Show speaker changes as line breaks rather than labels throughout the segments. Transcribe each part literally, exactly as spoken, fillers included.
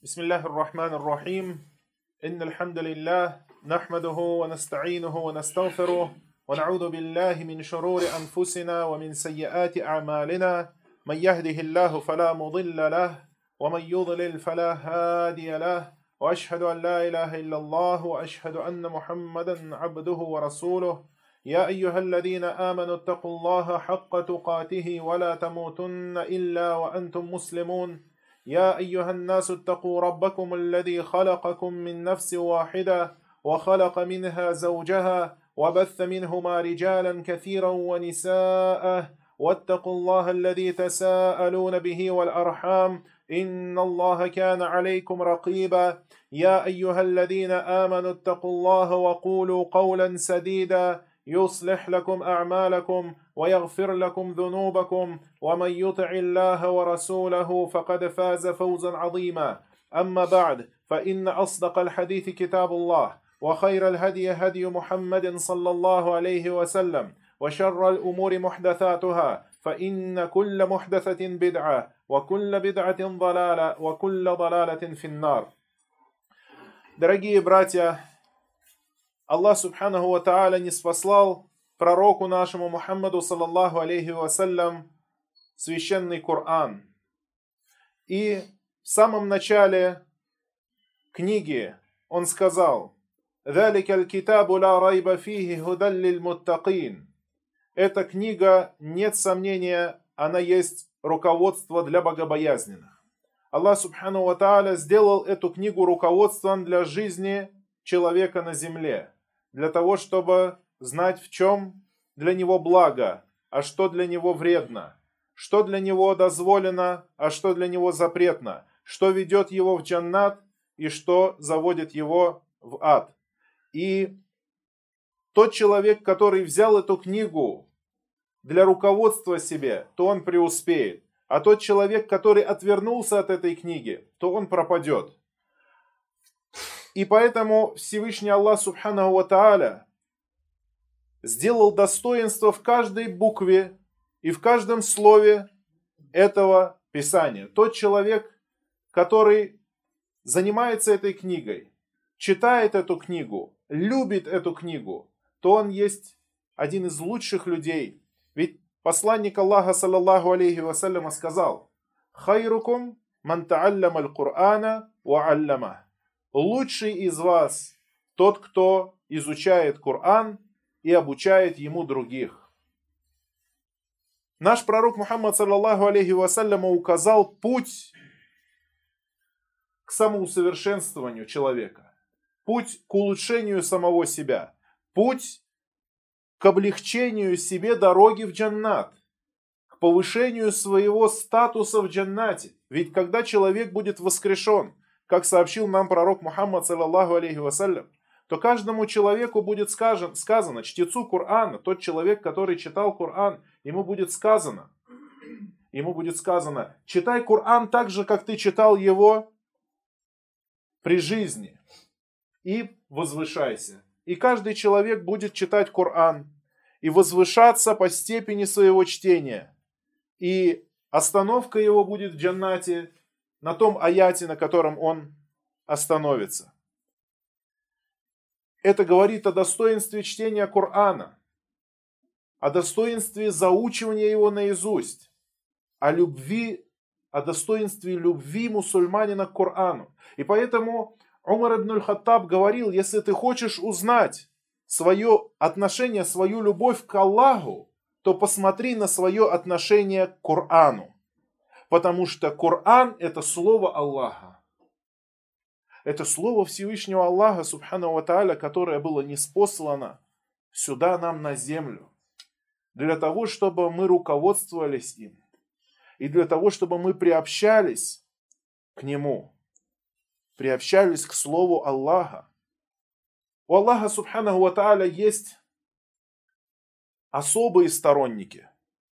بسم الله الرحمن الرحيم إن الحمد لله نحمده ونستعينه ونستغفره ونعوذ بالله من شرور أنفسنا ومن سيئات أعمالنا من يهده الله فلا مضل له ومن يضلل فلا هادي له وأشهد أن لا إله إلا الله وأشهد أن محمدا عبده ورسوله يا أيها الذين آمنوا اتقوا الله حق تقاته ولا تموتن إلا وأنتم مسلمون يا أيها الناس اتقوا ربكم الذي خلقكم من نفس واحدة وخلق منها زوجها وبث منهما رجالا كثيرا ونساء واتقوا الله الذي تساءلون به والأرحام إن الله كان عليكم رقيبا يا أيها الذين آمنوا اتقوا الله وقولوا قولا سديدا يصلح لكم أعمالكم ويغفر لكم ذنوبكم ومن يطع الله ورسوله فقد فاز فوزا عظيما أما بعد فإن أصدق الحديث كتاب الله وخير الهدي هدي محمد صلى الله عليه وسلم وشر الأمور محدثاتها فإن كل محدثة بدعة وكل بدعة ضلالة وكل ضلالة في النار. Дорогие братья, Аллах Субханаху ва Тааля ниспослал пророку нашему Мухаммаду саллаллаху алейхи вассалям священный Коран. И в самом начале книги он сказал: «Залика аль-китабу ла райба фихи худан лиль-муттакин». Эта книга, нет сомнения, она есть руководство для богобоязненных. Аллах Субханаху ва Тааля сделал эту книгу руководством для жизни человека на земле, для того, чтобы знать, в чем для него благо, а что для него вредно, что для него дозволено, а что для него запретно, что ведет его в джаннат и что заводит его в ад. И тот человек, который взял эту книгу для руководства себе, то он преуспеет. А тот человек, который отвернулся от этой книги, то он пропадет. И поэтому Всевышний Аллах Субханаху ва Тааля сделал достоинство в каждой букве и в каждом слове этого Писания. Тот человек, который занимается этой книгой, читает эту книгу, любит эту книгу, то он есть один из лучших людей. Ведь посланник Аллаха саллаллаху алейхи вассаляма сказал: «Хайрукум ман таалляма аль-Кур'ана ва аллама». Лучший из вас тот, кто изучает Коран и обучает ему других. Наш пророк Мухаммад саллаллаху алейхи вассаляма указал путь к самоусовершенствованию человека, путь к улучшению самого себя, путь к облегчению себе дороги в джаннат, к повышению своего статуса в джаннате. Ведь когда человек будет воскрешен, как сообщил нам пророк Мухаммад саллаллаху алейхи вассалям, то каждому человеку будет сказано, сказано, чтецу Корана, тот человек, который читал Коран, ему будет сказано, ему будет сказано: читай Коран так же, как ты читал его при жизни, и возвышайся. И каждый человек будет читать Коран и возвышаться по степени своего чтения. И остановка его будет в джаннате, на том аяте, на котором он остановится. Это говорит о достоинстве чтения Корана, о достоинстве заучивания его наизусть, о любви, о достоинстве любви мусульманина к Корану. И поэтому Умар ибн аль-Хаттаб говорил: если ты хочешь узнать свое отношение, свою любовь к Аллаху, то посмотри на свое отношение к Корану. Потому что Коран – это слово Аллаха. Это слово Всевышнего Аллаха, Субханаху ва Тааля, которое было ниспослано сюда нам на землю. Для того, чтобы мы руководствовались им. И для того, чтобы мы приобщались к нему. Приобщались к слову Аллаха. У Аллаха, Субханаху ва Тааля, есть особые сторонники.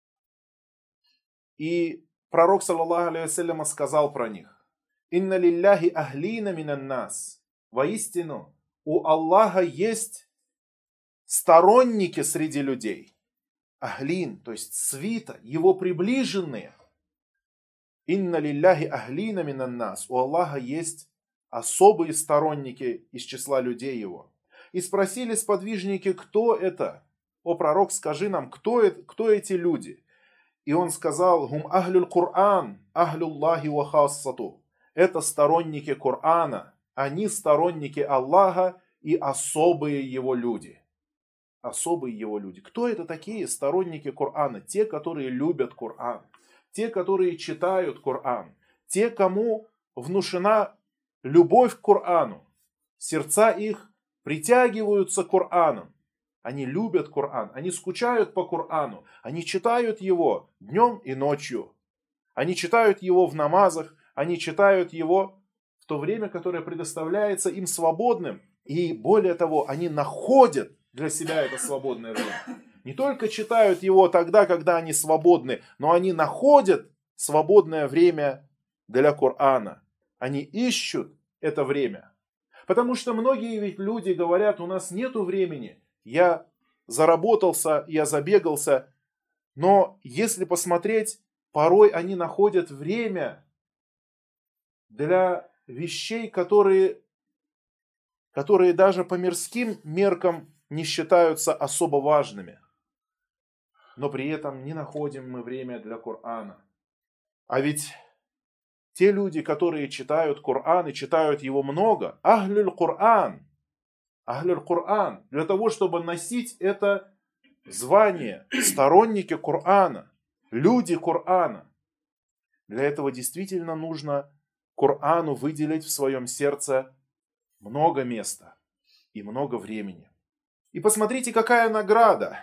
И пророк, саллаллаху алейхи вассалям, сказал про них: «Инна лилляхи ахлина минан нас». Воистину, у Аллаха есть сторонники среди людей. Ахлин, то есть свита, его приближенные. Инна лилляхи ахлина минан нас. У Аллаха есть особые сторонники из числа людей его. И спросили сподвижники, кто это? О пророк, скажи нам, кто, это, кто эти люди? И он сказал, гум ахлюл Кур'ан, ахлюллахи ва хассату. Это сторонники Корана, они сторонники Аллаха и особые его люди. Особые его люди. Кто это такие сторонники Корана? Те, которые любят Коран. Те, которые читают Коран. Те, кому внушена любовь к Корану. Сердца их притягиваются к Корану. Они любят Коран. Они скучают по Корану. Они читают его днем и ночью. Они читают его в намазах. Они читают его в то время, которое предоставляется им свободным. И более того, они находят для себя это свободное время. Не только читают его тогда, когда они свободны, но они находят свободное время для Корана. Они ищут это время. Потому что многие ведь люди говорят, у нас нету времени. Я заработался, я забегался. Но если посмотреть, порой они находят время для вещей, которые, которые даже по мирским меркам не считаются особо важными. Но при этом не находим мы время для Корана. А ведь те люди, которые читают Коран и читают его много, ахлюль Коран, ахлюль Коран, для того, чтобы носить это звание, сторонники Корана, люди Корана. Для этого действительно нужно Корану выделить в своем сердце много места и много времени. И посмотрите, какая награда.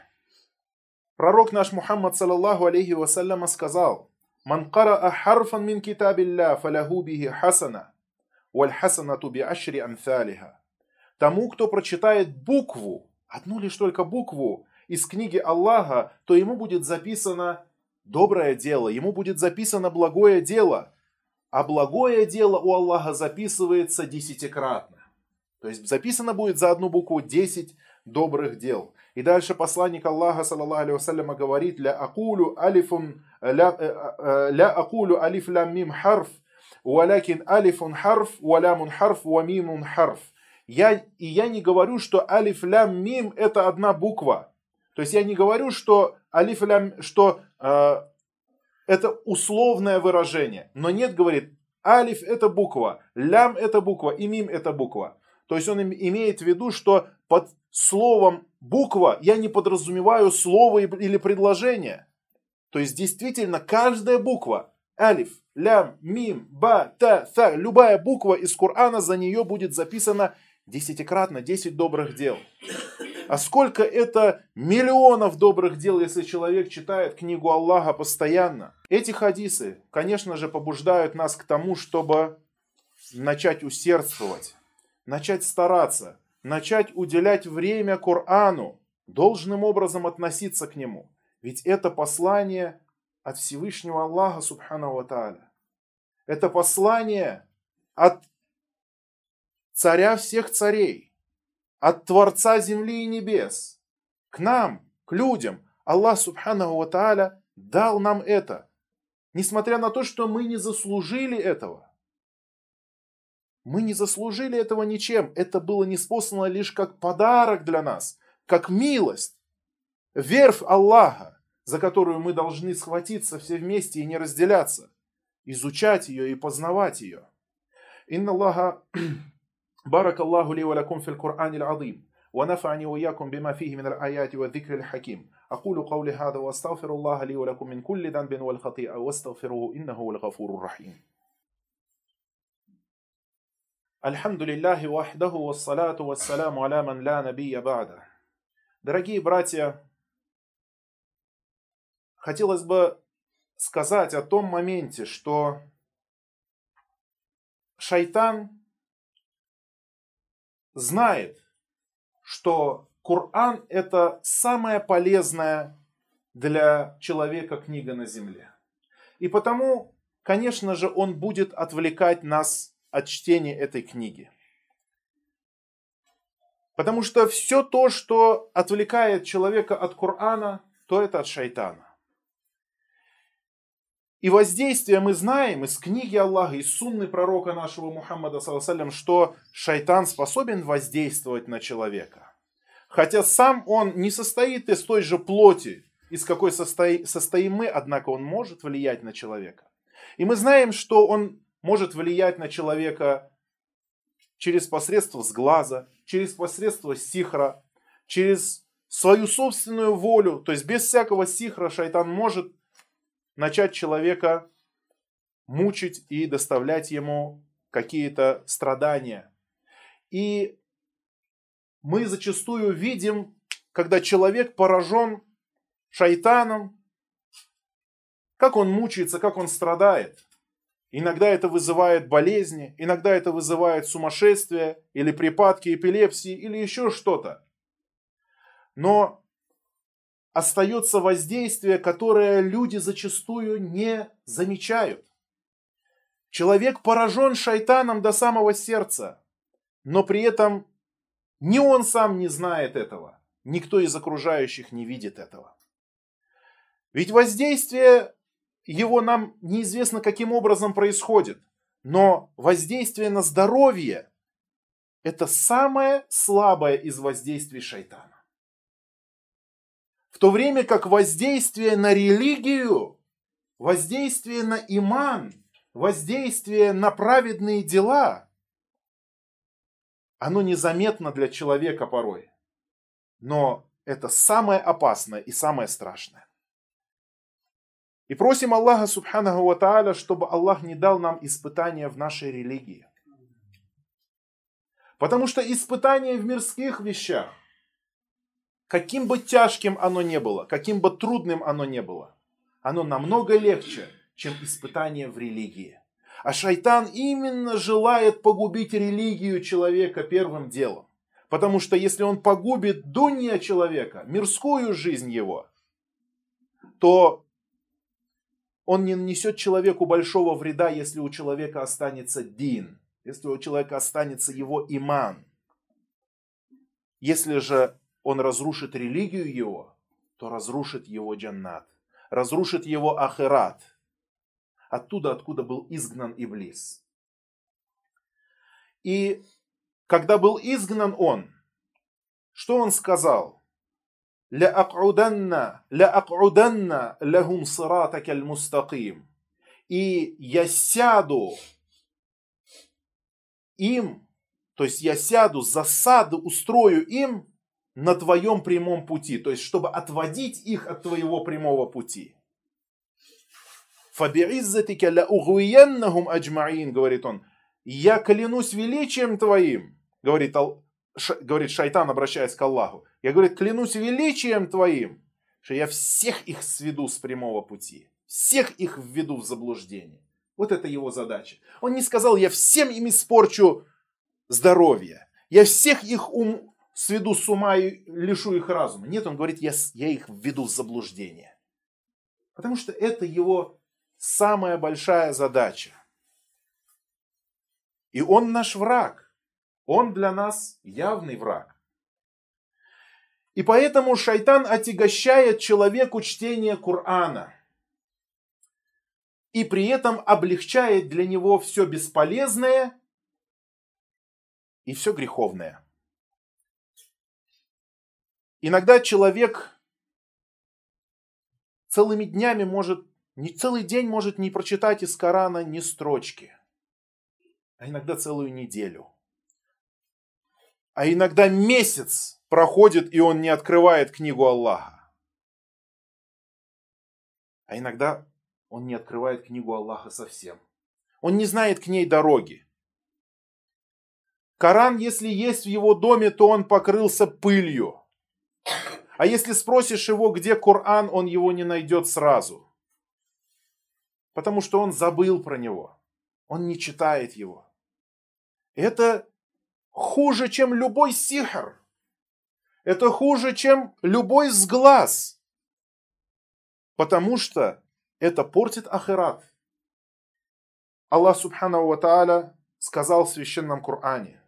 Пророк наш Мухаммад, саллаллаху алейхи вассаляма, сказал, «Ман караа харфан мин китабилля фалаху бихи хасана, валь хасанату би ашри амthалиха». Тому, кто прочитает букву, одну лишь только букву из книги Аллаха, то ему будет записано доброе дело, ему будет записано благое дело. А благое дело у Аллаха записывается десятикратно. То есть записано будет за одну букву десять добрых дел. И дальше посланник Аллаха, саллаллаху алейхи вассаляма, говорит, «Ля акулю алифун, ля, ля акулю алиф лям мим харф, валякин алифун харф, валямун харф, вамимун харф». Я, и я не говорю, что алиф лям мим это одна буква. То есть я не говорю, что алиф лям, что э, это условное выражение. Но нет, говорит, алиф это буква, лям это буква и мим это буква. То есть он имеет в виду, что под словом буква я не подразумеваю слово или предложение. То есть действительно каждая буква, алиф, лям, мим, ба, та, та, любая буква из Корана, за нее будет записано десятикратно, десять добрых дел. А сколько это миллионов добрых дел, если человек читает книгу Аллаха постоянно. Эти хадисы, конечно же, побуждают нас к тому, чтобы начать усердствовать, начать стараться, начать уделять время Корану, должным образом относиться к нему. Ведь это послание от Всевышнего Аллаха, субханаху ва тааля. Это послание от царя всех царей, от Творца земли и небес, к нам, к людям. Аллах, субханаху ва тааля, дал нам это, несмотря на то, что мы не заслужили этого. Мы не заслужили этого ничем. Это было ниспослано лишь как подарок для нас, как милость, верфь Аллаха, за которую мы должны схватиться все вместе и не разделяться, изучать ее и познавать ее. Инна Аллаха барак Аллаху ли ва лакум фил Кур'анил азим. ونفعني وإياكم بما فيه من الآيات والذكر الحكيم أقول قولي هذا وأستغفر الله لي ولكم من كل ذنب والخطيئة واستغفروه إنه هو الغفور الرحيم. الحمد لله وحده والصلاة والسلام على من لا نبي بعده. Дорогие братья, хотелось бы сказать о том моменте, что шайтан знает, что Коран – это самая полезная для человека книга на земле. И потому, конечно же, он будет отвлекать нас от чтения этой книги. Потому что все то, что отвлекает человека от Корана, то это от шайтана. И воздействие мы знаем из книги Аллаха, из сунны пророка нашего Мухаммада, саллаллаху алейхи ва саллям, что шайтан способен воздействовать на человека. Хотя сам он не состоит из той же плоти, из какой состои, состоим мы, однако он может влиять на человека. И мы знаем, что он может влиять на человека через посредство сглаза, через посредство сихра, через свою собственную волю. То есть без всякого сихра шайтан может начать человека мучить и доставлять ему какие-то страдания. И мы зачастую видим, когда человек поражен шайтаном, как он мучается, как он страдает. Иногда это вызывает болезни, иногда это вызывает сумасшествие, или припадки эпилепсии, или еще что-то. Но остается воздействие, которое люди зачастую не замечают. Человек поражен шайтаном до самого сердца, но при этом ни он сам не знает этого, никто из окружающих не видит этого. Ведь воздействие его нам неизвестно каким образом происходит, но воздействие на здоровье – это самое слабое из воздействий шайтана. В то время как воздействие на религию, воздействие на иман, воздействие на праведные дела, оно незаметно для человека порой. Но это самое опасное и самое страшное. И просим Аллаха Субханаху ва Тааля, чтобы Аллах не дал нам испытания в нашей религии. Потому что испытание в мирских вещах, каким бы тяжким оно ни было, каким бы трудным оно ни было, оно намного легче, чем испытание в религии. А шайтан именно желает погубить религию человека первым делом. Потому что если он погубит дунья человека, мирскую жизнь его, то он не нанесет человеку большого вреда, если у человека останется дин, если у человека останется его иман. Если же он разрушит религию его, то разрушит его джаннат, разрушит его ахират, оттуда, откуда был изгнан Иблис. И когда был изгнан он, что он сказал? «Ля-ак'уданна, ля-ак'уданна лахум сиратака аль-мустаким». И я сяду им, то есть я сяду, засаду устрою им на твоем прямом пути, то есть чтобы отводить их от твоего прямого пути. «Фаби'иззатика ля-угвияннахум аджмаин», говорит он, я клянусь величием твоим, говорит, говорит шайтан, обращаясь к Аллаху, я, говорит, клянусь величием твоим, что я всех их сведу с прямого пути, всех их введу в заблуждение. Вот это его задача. Он не сказал, я всем им испорчу здоровье, я всех их ум сведу с ума и лишу их разума. Нет, он говорит, я, я их введу в заблуждение. Потому что это его самая большая задача. И он наш враг. Он для нас явный враг. И поэтому шайтан отягощает человеку чтение Корана. И при этом облегчает для него все бесполезное и все греховное. Иногда человек целыми днями может, не целый день может не прочитать из Корана ни строчки, а иногда целую неделю. А иногда месяц проходит, и он не открывает книгу Аллаха. А иногда он не открывает книгу Аллаха совсем. Он не знает к ней дороги. Коран, если есть в его доме, то он покрылся пылью. А если спросишь его, где Коран, он его не найдет сразу. Потому что он забыл про него. Он не читает его. Это хуже, чем любой сихр. Это хуже, чем любой сглаз. Потому что это портит ахират. Аллах Субханаху ва Тааля сказал в Священном Коране: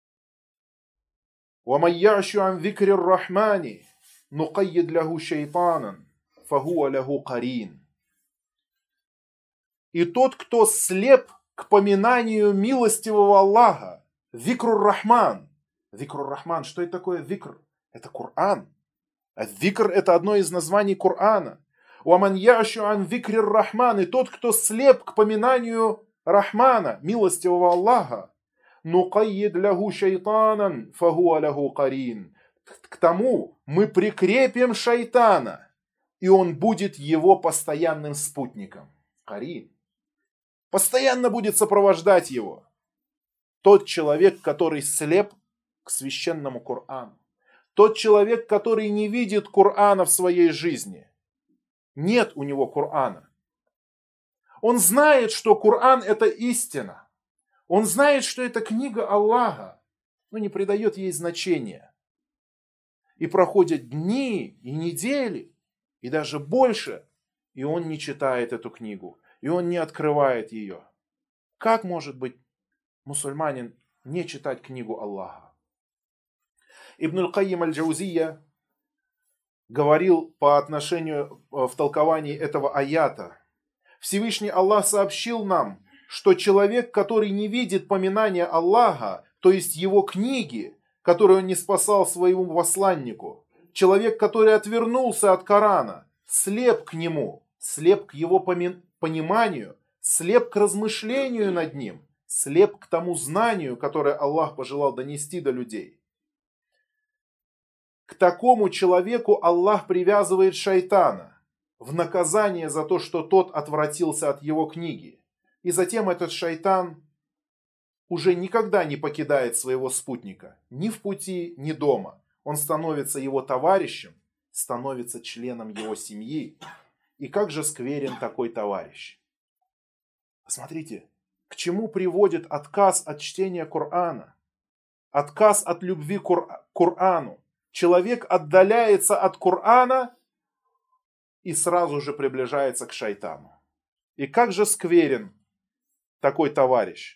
وَمَنْ يَعْشُ عَنْ ذِكْرِ الرَّحْمَنِ نُقَيِّدْ لَهُ شَيْطَانًا فَهُوَ لَهُ قَرِينٌ. и тот, кто слеп к поминанию милостивого Аллаха. Викрур Рахман. Викрур Рахман. Что это такое викр? Это Коран. А викр это одно из названий Корана. Уаман яшу ан викрир Рахман. И тот, кто слеп к поминанию Рахмана, милостивого Аллаха. Нукайид лягу шайтанан фагуа лягу карин. К тому мы прикрепим шайтана, и он будет его постоянным спутником. Карин. Постоянно будет сопровождать его. Тот человек, который слеп к священному Корану. Тот человек, который не видит Корана в своей жизни. Нет у него Корана. Он знает, что Коран это истина. Он знает, что это книга Аллаха, но не придает ей значения. И проходят дни и недели, и даже больше, и он не читает эту книгу, и он не открывает ее. Как может быть мусульманин не читать книгу Аллаха? Ибн аль-Кайим аль-Джаузия говорил по отношению в толковании этого аята. Всевышний Аллах сообщил нам, что человек, который не видит поминания Аллаха, то есть его книги, которую он не спасал своему посланнику, человек, который отвернулся от Корана, слеп к нему, слеп к его пониманию, слеп к размышлению над ним, слеп к тому знанию, которое Аллах пожелал донести до людей. К такому человеку Аллах привязывает шайтана в наказание за то, что тот отвратился от его книги. И затем этот шайтан уже никогда не покидает своего спутника, ни в пути, ни дома. Он становится его товарищем, становится членом его семьи. И как же скверен такой товарищ. Посмотрите, к чему приводит отказ от чтения Корана, отказ от любви к Корану. Человек отдаляется от Корана и сразу же приближается к шайтану. И как же скверен такой товарищ.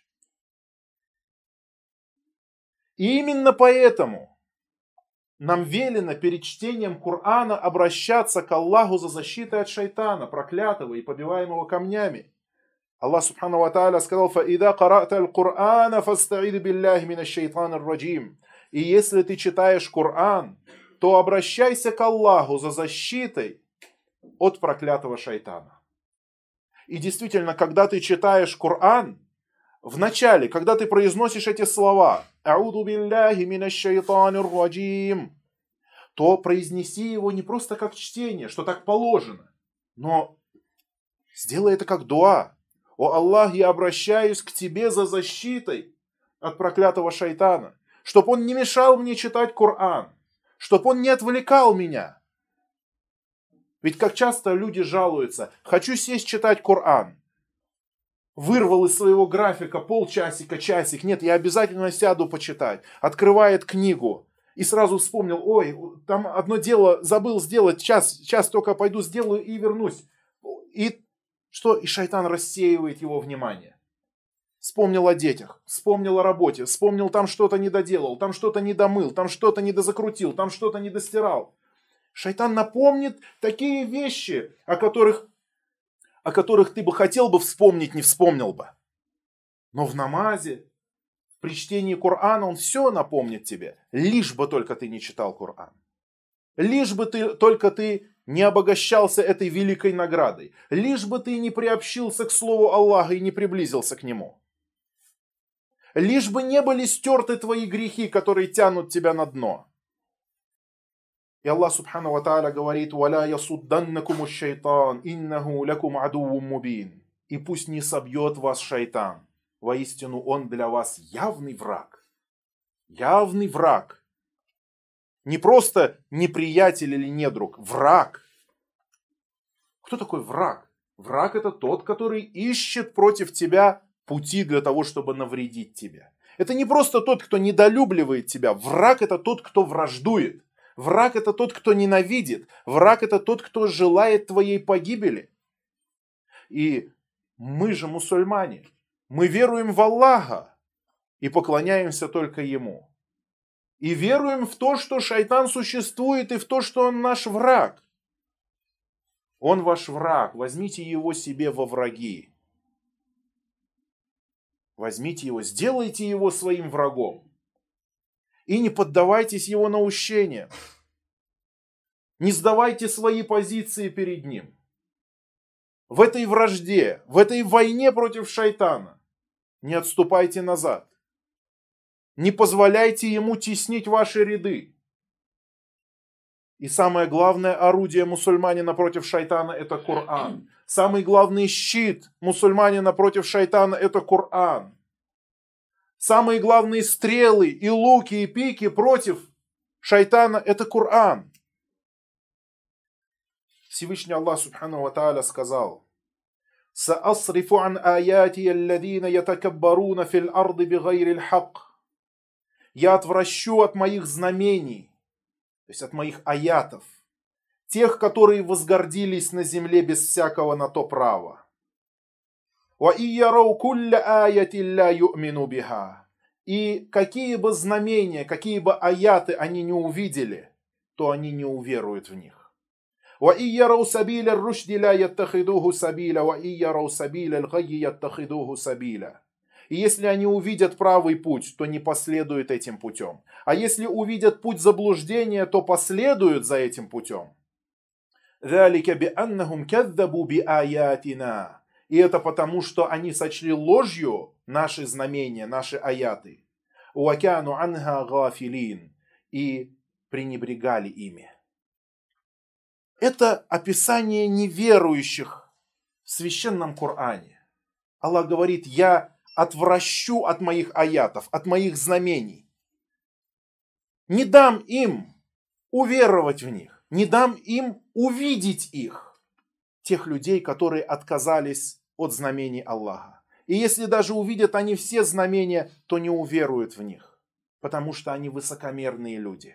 И именно поэтому нам велено перед чтением Корана обращаться к Аллаху за защитой от шайтана, проклятого и побиваемого камнями. Аллах субхану ва тааля сказал: «Фаида карата аль-Кур'ана фастаид билляхи минаш шайтанир раджим». И если ты читаешь Коран, то обращайся к Аллаху за защитой от проклятого шайтана. И действительно, когда ты читаешь Коран, в начале, когда ты произносишь эти слова «Ауду билляхи минаш шайтанир раджим», то произнеси его не просто как чтение, что так положено, но сделай это как дуа. «О Аллах, я обращаюсь к тебе за защитой от проклятого шайтана, чтобы он не мешал мне читать Коран, чтобы он не отвлекал меня». Ведь как часто люди жалуются: хочу сесть читать Коран. Вырвал из своего графика полчасика, часик. Нет, я обязательно сяду почитать. Открывает книгу и сразу вспомнил: ой, там одно дело забыл сделать, сейчас, сейчас только пойду сделаю и вернусь. И что? И шайтан рассеивает его внимание. Вспомнил о детях, вспомнил о работе, вспомнил, там что-то не доделал, там что-то не домыл, там что-то не дозакрутил, там что-то не достирал. Шайтан напомнит такие вещи, о которых, о которых ты бы хотел бы вспомнить, не вспомнил бы. Но в намазе, при чтении Корана он все напомнит тебе, лишь бы только ты не читал Коран. Лишь бы ты, только ты не обогащался этой великой наградой. Лишь бы ты не приобщился к слову Аллаха и не приблизился к нему. Лишь бы не были стерты твои грехи, которые тянут тебя на дно. И Аллах субхану ва тааля говорит: «Валя ясудданнакуму шайтан, иннаху лакум адувум мубин». И пусть не собьет вас шайтан. Воистину он для вас явный враг. Явный враг. Не просто неприятель или недруг, враг. Кто такой враг? Враг это тот, который ищет против тебя пути для того, чтобы навредить тебе. Это не просто тот, кто недолюбливает тебя. Враг это тот, кто враждует. Враг это тот, кто ненавидит. Враг это тот, кто желает твоей погибели. И мы же мусульмане. Мы веруем в Аллаха и поклоняемся только Ему. И веруем в то, что шайтан существует, и в то, что он наш враг. Он ваш враг. Возьмите его себе во враги. возьмите его, сделайте его своим врагом. И не поддавайтесь его наущениям. Не сдавайте свои позиции перед ним. В этой вражде, в этой войне против шайтана не отступайте назад. Не позволяйте ему теснить ваши ряды. И самое главное орудие мусульманина против шайтана – это Коран. Самый главный щит мусульманина против шайтана – это Коран. Самые главные стрелы и луки и пики против шайтана – это Коран. Всевышний Аллах Субхану ва Тааля сказал: «Саасрифу ан аяти алладина ятакаббаруна фил арды бигайрил хак». Я отвращу от моих знамений, то есть от моих аятов, тех, которые возгордились на земле без всякого на то права. И какие бы знамения, какие бы аяты они не увидели, то они не уверуют в них. И если они увидят правый путь, то не последуют этим путем. А если увидят путь заблуждения, то последуют за этим путем. И это потому, что они сочли ложью наши знамения, наши аяты. И пренебрегали ими. Это описание неверующих в священном Коране. Аллах говорит: я отвращу от моих аятов, от моих знамений. Не дам им уверовать в них, не дам им увидеть их, тех людей, которые отказались от знамений Аллаха. И если даже увидят они все знамения, то не уверуют в них, потому что они высокомерные люди.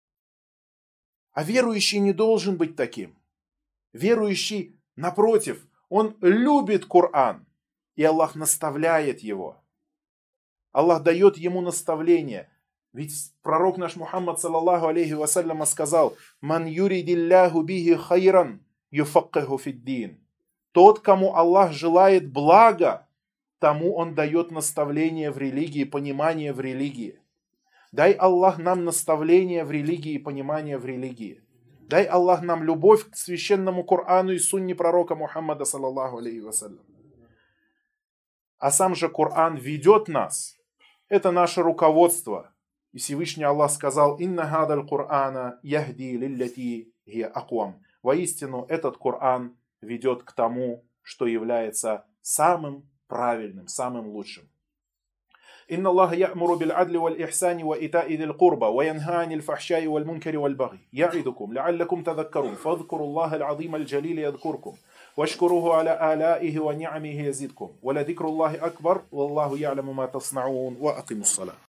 А верующий не должен быть таким. Верующий, напротив, он любит Коран. И Аллах наставляет его. Аллах дает ему наставление. Ведь пророк наш Мухаммад саллаллаху алейхи вассаляма сказал: «Ман юридилляху бихи хайран юфаккиху фиддин». Тот, кому Аллах желает блага, тому он дает наставление в религии, понимание в религии. Дай Аллах нам наставление в религии и понимание в религии. Дай Аллах нам любовь к священному Корану и сунне пророка Мухаммада саллаллаху алейхи вассалям. А сам же Коран ведет нас. Это наше руководство. И Всевышний Аллах сказал: «Инна хадаль Корана яхди лиллати хия аквам». Воистину, этот Коран ведет к тому, что является самым правильным, самым лучшим. «Инна Аллаха я'муру бил адли валь ихсани ва ита'i дил курба ва янха анил фахшаи валь мункари валь баги я'идукум ла'аллакум тадаккарун фадhкуру Аллаха аль-азима аль-джалили ядкуркум واشكروه على آلائه ونعمه يزدكم ولذكر الله أكبر والله يعلم ما تصنعون وأقيموا الصلاة».